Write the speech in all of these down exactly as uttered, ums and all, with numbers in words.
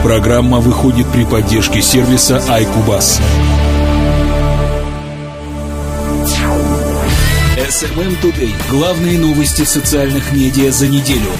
Программа выходит при поддержке сервиса iCubus. эс эм эм Today. Главные новости социальных медиа за неделю.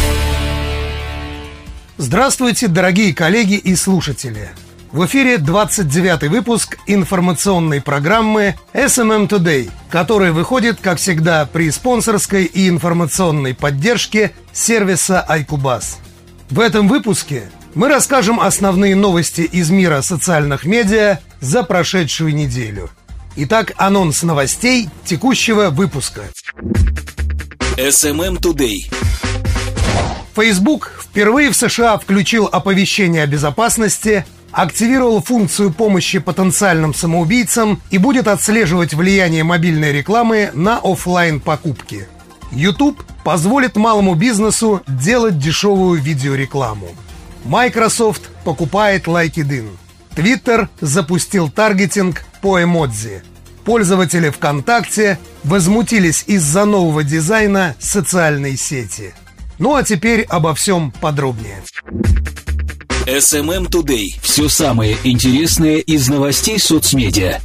Здравствуйте, дорогие коллеги и слушатели. В эфире двадцать девятый выпуск информационной программы эс эм эм Today, которая выходит, как всегда, при спонсорской и информационной поддержке сервиса iCubus. В этом выпуске мы расскажем основные новости из мира социальных медиа за прошедшую неделю. Итак, анонс новостей текущего выпуска. эс эм эм Today. Facebook впервые в США включил оповещение о безопасности, активировал функцию помощи потенциальным самоубийцам и будет отслеживать влияние мобильной рекламы на офлайн покупки. YouTube позволит малому бизнесу делать дешевую видеорекламу. Microsoft покупает LinkedIn. Twitter запустил таргетинг по эмодзи. Пользователи ВКонтакте возмутились из-за нового дизайна социальной сети. Ну а теперь обо всем подробнее. эс эм эм Today. Все самое интересное из новостей соцмедиа.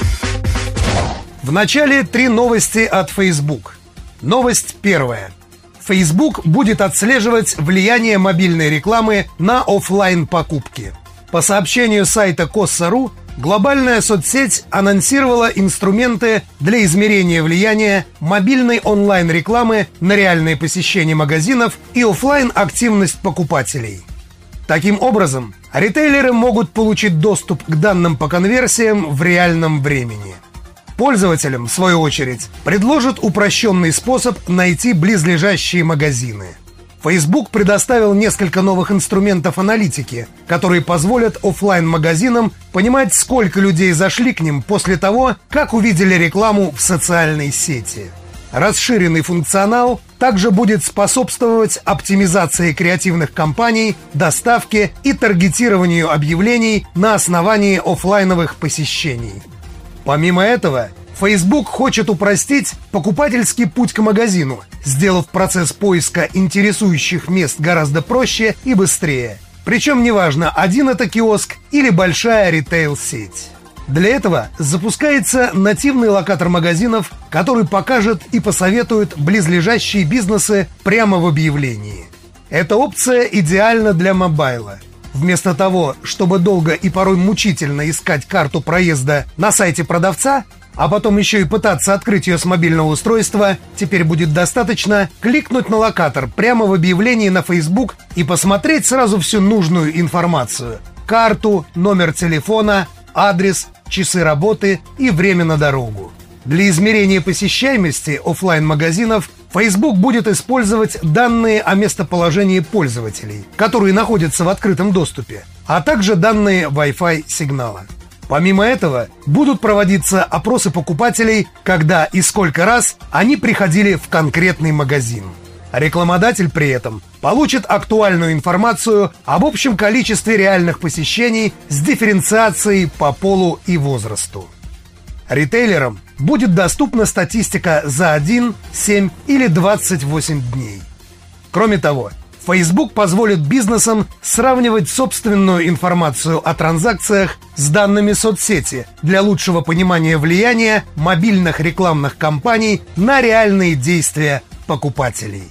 В начале три новости от Facebook. Новость первая. Facebook будет отслеживать влияние мобильной рекламы на офлайн покупки. По сообщению сайта Коса точка ру, глобальная соцсеть анонсировала инструменты для измерения влияния мобильной онлайн-рекламы на реальное посещение магазинов и офлайн-активность покупателей. Таким образом, ритейлеры могут получить доступ к данным по конверсиям в реальном времени. Пользователям, в свою очередь, предложат упрощенный способ найти близлежащие магазины. Facebook предоставил несколько новых инструментов аналитики, которые позволят офлайн-магазинам понимать, сколько людей зашли к ним после того, как увидели рекламу в социальной сети. Расширенный функционал также будет способствовать оптимизации креативных кампаний, доставке и таргетированию объявлений на основании офлайновых посещений. Помимо этого, Facebook хочет упростить покупательский путь к магазину, сделав процесс поиска интересующих мест гораздо проще и быстрее. Причем неважно, один это киоск или большая ритейл-сеть. Для этого запускается нативный локатор магазинов, который покажет и посоветует близлежащие бизнесы прямо в объявлении. Эта опция идеальна для мобайла. Вместо того, чтобы долго и порой мучительно искать карту проезда на сайте продавца, а потом еще и пытаться открыть ее с мобильного устройства, теперь будет достаточно кликнуть на локатор прямо в объявлении на Facebook и посмотреть сразу всю нужную информацию: карту, номер телефона, адрес, часы работы и время на дорогу. Для измерения посещаемости офлайн-магазинов Facebook будет использовать данные о местоположении пользователей, которые находятся в открытом доступе, а также данные Wi-Fi сигнала. Помимо этого, будут проводиться опросы покупателей, когда и сколько раз они приходили в конкретный магазин. Рекламодатель при этом получит актуальную информацию об общем количестве реальных посещений с дифференциацией по полу и возрасту. Ритейлерам будет доступна статистика за один, семь или двадцать восемь дней. Кроме того, Facebook позволит бизнесам сравнивать собственную информацию о транзакциях с данными соцсети для лучшего понимания влияния мобильных рекламных кампаний на реальные действия покупателей.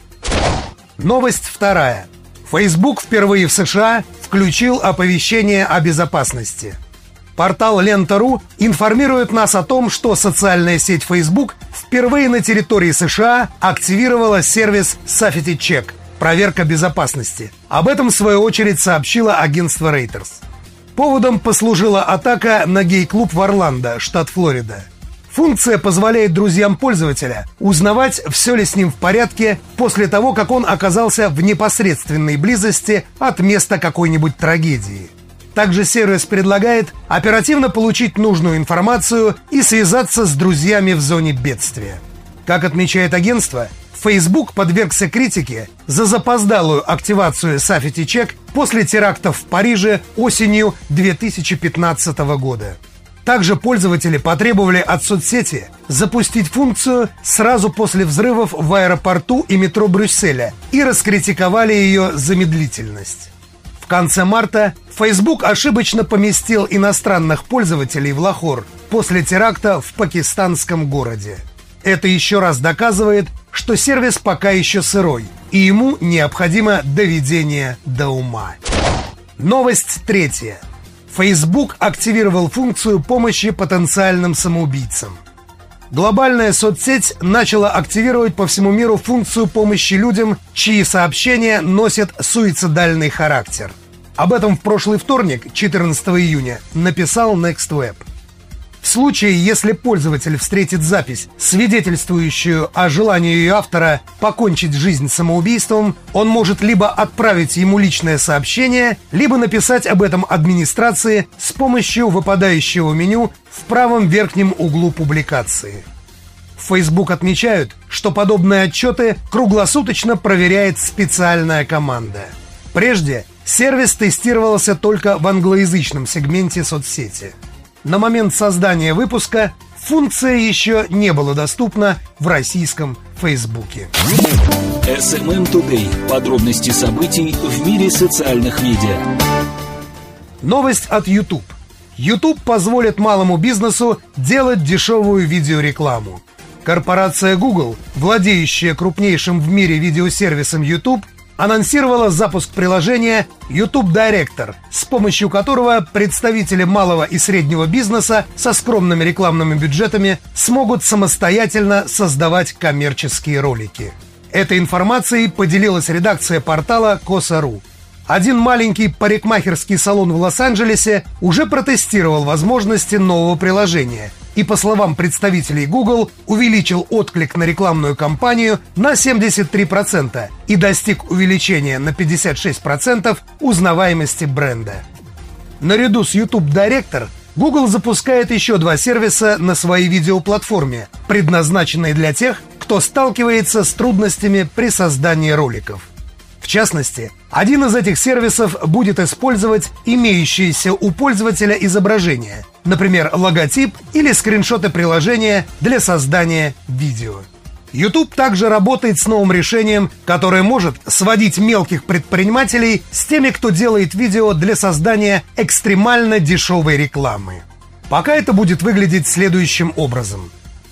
Новость вторая. Facebook впервые в США включил оповещение о безопасности. Портал Лента точка ру информирует нас о том, что социальная сеть Facebook впервые на территории США активировала сервис Safety Check – проверка безопасности. Об этом, в свою очередь, сообщило агентство Reuters. Поводом послужила атака на гей-клуб в Орландо, штат Флорида. Функция позволяет друзьям пользователя узнавать, все ли с ним в порядке после того, как он оказался в непосредственной близости от места какой-нибудь трагедии. Также сервис предлагает оперативно получить нужную информацию и связаться с друзьями в зоне бедствия. Как отмечает агентство, Facebook подвергся критике за запоздалую активацию Safety Check после терактов в Париже осенью две тысячи пятнадцатого года. Также пользователи потребовали от соцсети запустить функцию сразу после взрывов в аэропорту и метро Брюсселя и раскритиковали ее за медлительность. В конце марта Facebook ошибочно поместил иностранных пользователей в Лахор после теракта в пакистанском городе. Это еще раз доказывает, что сервис пока еще сырой, и ему необходимо доведение до ума. Новость третья. Facebook активировал функцию помощи потенциальным самоубийцам. Глобальная соцсеть начала активировать по всему миру функцию помощи людям, чьи сообщения носят суицидальный характер. Об этом в прошлый вторник, четырнадцатого июня, написал NextWeb. В случае, если пользователь встретит запись, свидетельствующую о желании ее автора покончить жизнь самоубийством, он может либо отправить ему личное сообщение, либо написать об этом администрации с помощью выпадающего меню в правом верхнем углу публикации. В Facebook отмечают, что подобные отчеты круглосуточно проверяет специальная команда. Прежде сервис тестировался только в англоязычном сегменте соцсети. На момент создания выпуска функция еще не была доступна в российском Фейсбуке. эс эм эм Today. Подробности событий в мире социальных медиа. Новость от YouTube. YouTube позволит малому бизнесу делать дешевую видеорекламу. Корпорация Google, владеющая крупнейшим в мире видеосервисом YouTube, анонсировала запуск приложения YouTube Director, с помощью которого представители малого и среднего бизнеса со скромными рекламными бюджетами смогут самостоятельно создавать коммерческие ролики. Этой информацией поделилась редакция портала Коса точка ру. Один маленький парикмахерский салон в Лос-Анджелесе уже протестировал возможности нового приложения и, по словам представителей Google, увеличил отклик на рекламную кампанию на семьдесят три процента и достиг увеличения на пятьдесят шесть процентов узнаваемости бренда. Наряду с YouTube Director Google запускает еще два сервиса на своей видеоплатформе, предназначенные для тех, кто сталкивается с трудностями при создании роликов. В частности, один из этих сервисов будет использовать имеющиеся у пользователя изображения, например, логотип или скриншоты приложения для создания видео. YouTube также работает с новым решением, которое может сводить мелких предпринимателей с теми, кто делает видео для создания экстремально дешевой рекламы. Пока это будет выглядеть следующим образом.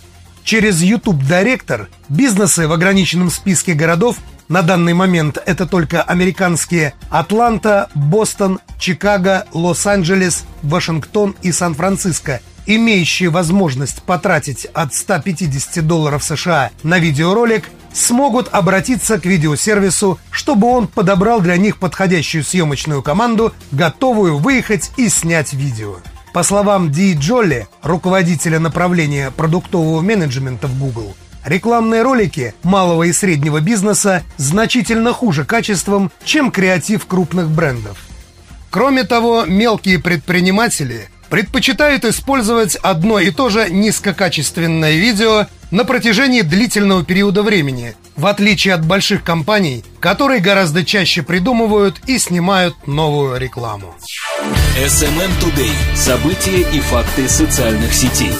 Через YouTube Director бизнесы в ограниченном списке городов, на данный момент это только американские Атланта, Бостон, Чикаго, Лос-Анджелес, Вашингтон и Сан-Франциско, имеющие возможность потратить от ста пятидесяти долларов США на видеоролик, смогут обратиться к видеосервису, чтобы он подобрал для них подходящую съемочную команду, готовую выехать и снять видео. По словам Ди Джолли, руководителя направления продуктового менеджмента в Google, рекламные ролики малого и среднего бизнеса значительно хуже качеством, чем креатив крупных брендов. Кроме того, мелкие предприниматели предпочитают использовать одно и то же низкокачественное видео на протяжении длительного периода времени, в отличие от больших компаний, которые гораздо чаще придумывают и снимают новую рекламу. эс эм эм Today. События и факты социальных сетей.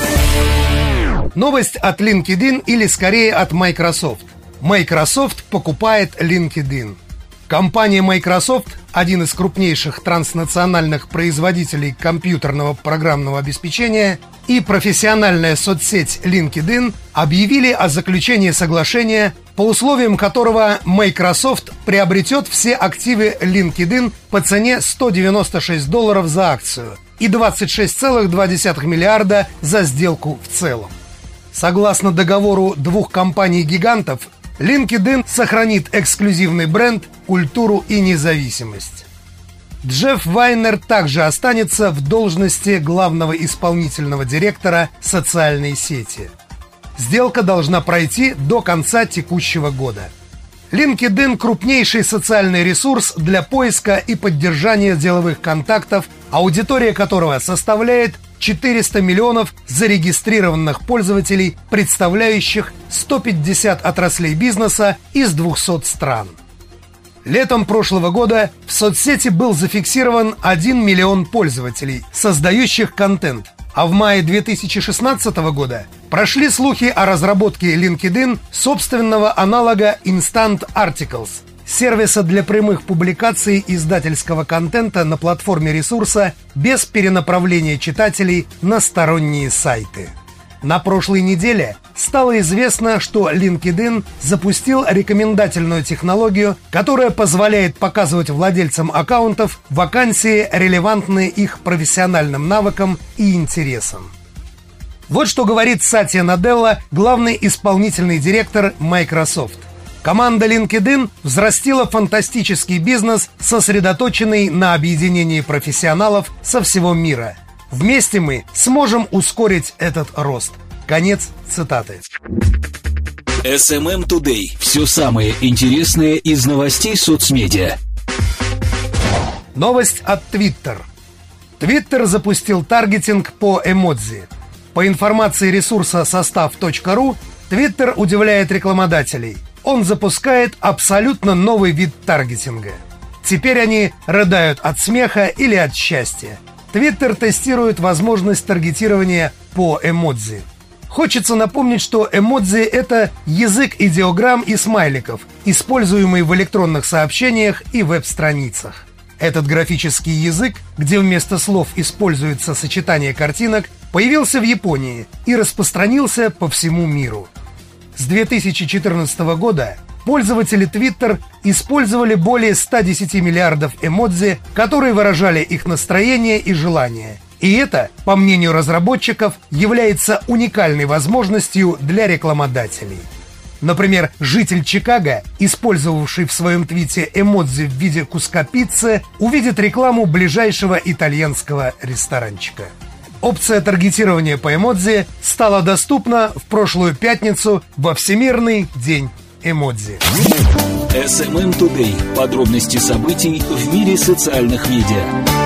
Новость от LinkedIn или скорее от Microsoft. Microsoft покупает LinkedIn. Компания Microsoft, один из крупнейших транснациональных производителей компьютерного программного обеспечения, и профессиональная соцсеть LinkedIn объявили о заключении соглашения, по условиям которого Microsoft приобретет все активы LinkedIn по цене сто девяносто шесть долларов за акцию и двадцать шесть целых два десятых миллиарда за сделку в целом. Согласно договору двух компаний-гигантов, LinkedIn сохранит эксклюзивный бренд, культуру и независимость. Джефф Вайнер также останется в должности главного исполнительного директора социальной сети. Сделка должна пройти до конца текущего года. LinkedIn – крупнейший социальный ресурс для поиска и поддержания деловых контактов, аудитория которого составляет четыреста миллионов зарегистрированных пользователей, представляющих сто пятьдесят отраслей бизнеса из двухсот стран. Летом прошлого года в соцсети был зафиксирован один миллион пользователей, создающих контент, а в мае две тысячи шестнадцатого года прошли слухи о разработке LinkedIn собственного аналога Instant Articles – сервиса для прямых публикаций издательского контента на платформе ресурса без перенаправления читателей на сторонние сайты. На прошлой неделе стало известно, что LinkedIn запустил рекомендательную технологию, которая позволяет показывать владельцам аккаунтов вакансии, релевантные их профессиональным навыкам и интересам. Вот что говорит Сатья Наделла, главный исполнительный директор Microsoft. Команда LinkedIn взрастила фантастический бизнес, сосредоточенный на объединении профессионалов со всего мира. Вместе мы сможем ускорить этот рост. Конец цитаты. эс эм эм Today. Все самое интересное из новостей соцмедиа. Новость от Twitter. Twitter запустил таргетинг по эмодзи. По информации ресурса состав точка ру, Twitter удивляет рекламодателей. Он запускает абсолютно новый вид таргетинга. Теперь они рыдают от смеха или от счастья. Twitter тестирует возможность таргетирования по эмодзи. Хочется напомнить, что эмодзи — это язык идеограмм и смайликов, используемый в электронных сообщениях и веб-страницах. Этот графический язык, где вместо слов используется сочетание картинок, появился в Японии и распространился по всему миру. С две тысячи четырнадцатого года пользователи Twitter использовали более ста десяти миллиардов эмодзи, которые выражали их настроение и желания. И это, по мнению разработчиков, является уникальной возможностью для рекламодателей. Например, житель Чикаго, использовавший в своем твите эмодзи в виде куска пиццы, увидит рекламу ближайшего итальянского ресторанчика. Опция таргетирования по эмодзи стала доступна в прошлую пятницу во Всемирный день эмодзи. эс эм эм Today. Подробности событий в мире социальных медиа.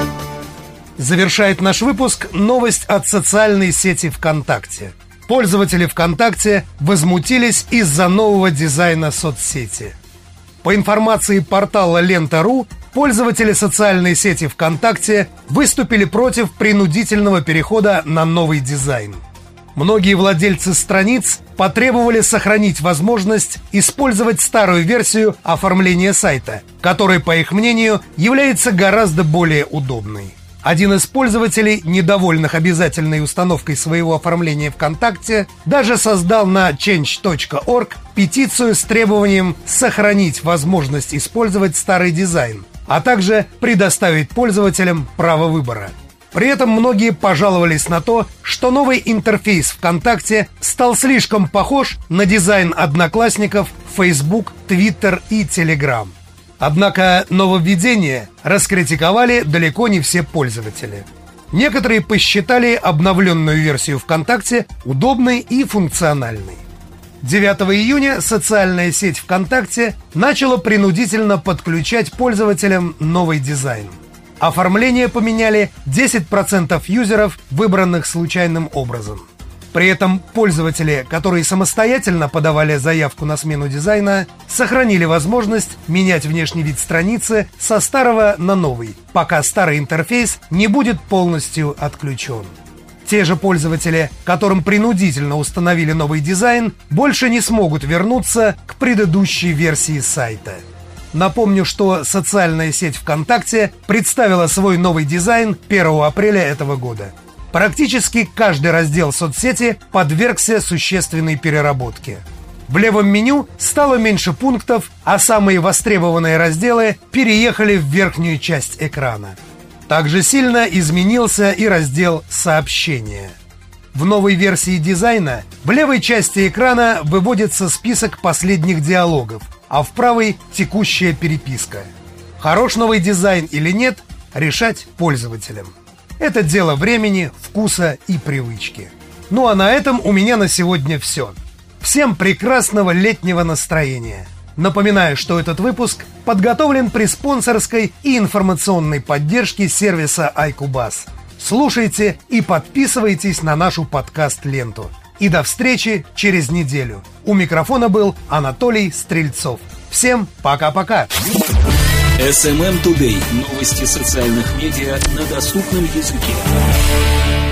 Завершает наш выпуск новость от социальной сети ВКонтакте. Пользователи ВКонтакте возмутились из-за нового дизайна соцсети. По информации портала Лента точка ру, пользователи социальной сети ВКонтакте выступили против принудительного перехода на новый дизайн. Многие владельцы страниц потребовали сохранить возможность использовать старую версию оформления сайта, которая, по их мнению, является гораздо более удобной. Один из пользователей, недовольных обязательной установкой своего оформления ВКонтакте, даже создал на ченч точка орг петицию с требованием сохранить возможность использовать старый дизайн, а также предоставить пользователям право выбора. При этом многие пожаловались на то, что новый интерфейс ВКонтакте стал слишком похож на дизайн одноклассников, Facebook, Twitter и Telegram. Однако нововведение раскритиковали далеко не все пользователи. Некоторые посчитали обновленную версию ВКонтакте удобной и функциональной. девятого июня социальная сеть ВКонтакте начала принудительно подключать пользователям новый дизайн. Оформление поменяли десять процентов юзеров, выбранных случайным образом. При этом пользователи, которые самостоятельно подавали заявку на смену дизайна, сохранили возможность менять внешний вид страницы со старого на новый, пока старый интерфейс не будет полностью отключен. Те же пользователи, которым принудительно установили новый дизайн, больше не смогут вернуться к предыдущей версии сайта. Напомню, что социальная сеть ВКонтакте представила свой новый дизайн первого апреля этого года. Практически каждый раздел соцсети подвергся существенной переработке. В левом меню стало меньше пунктов, а самые востребованные разделы переехали в верхнюю часть экрана. Также сильно изменился и раздел «Сообщения». В новой версии дизайна в левой части экрана выводится список последних диалогов, а в правой – текущая переписка. Хорош новый дизайн или нет, решать пользователям. Это дело времени, вкуса и привычки. Ну а на этом у меня на сегодня все. Всем прекрасного летнего настроения. Напоминаю, что этот выпуск подготовлен при спонсорской и информационной поддержке сервиса iCubus. Слушайте и подписывайтесь на нашу подкаст-ленту. И до встречи через неделю. У микрофона был Анатолий Стрельцов. Всем пока-пока. эс эм эм Today. Новости социальных медиа на доступном языке.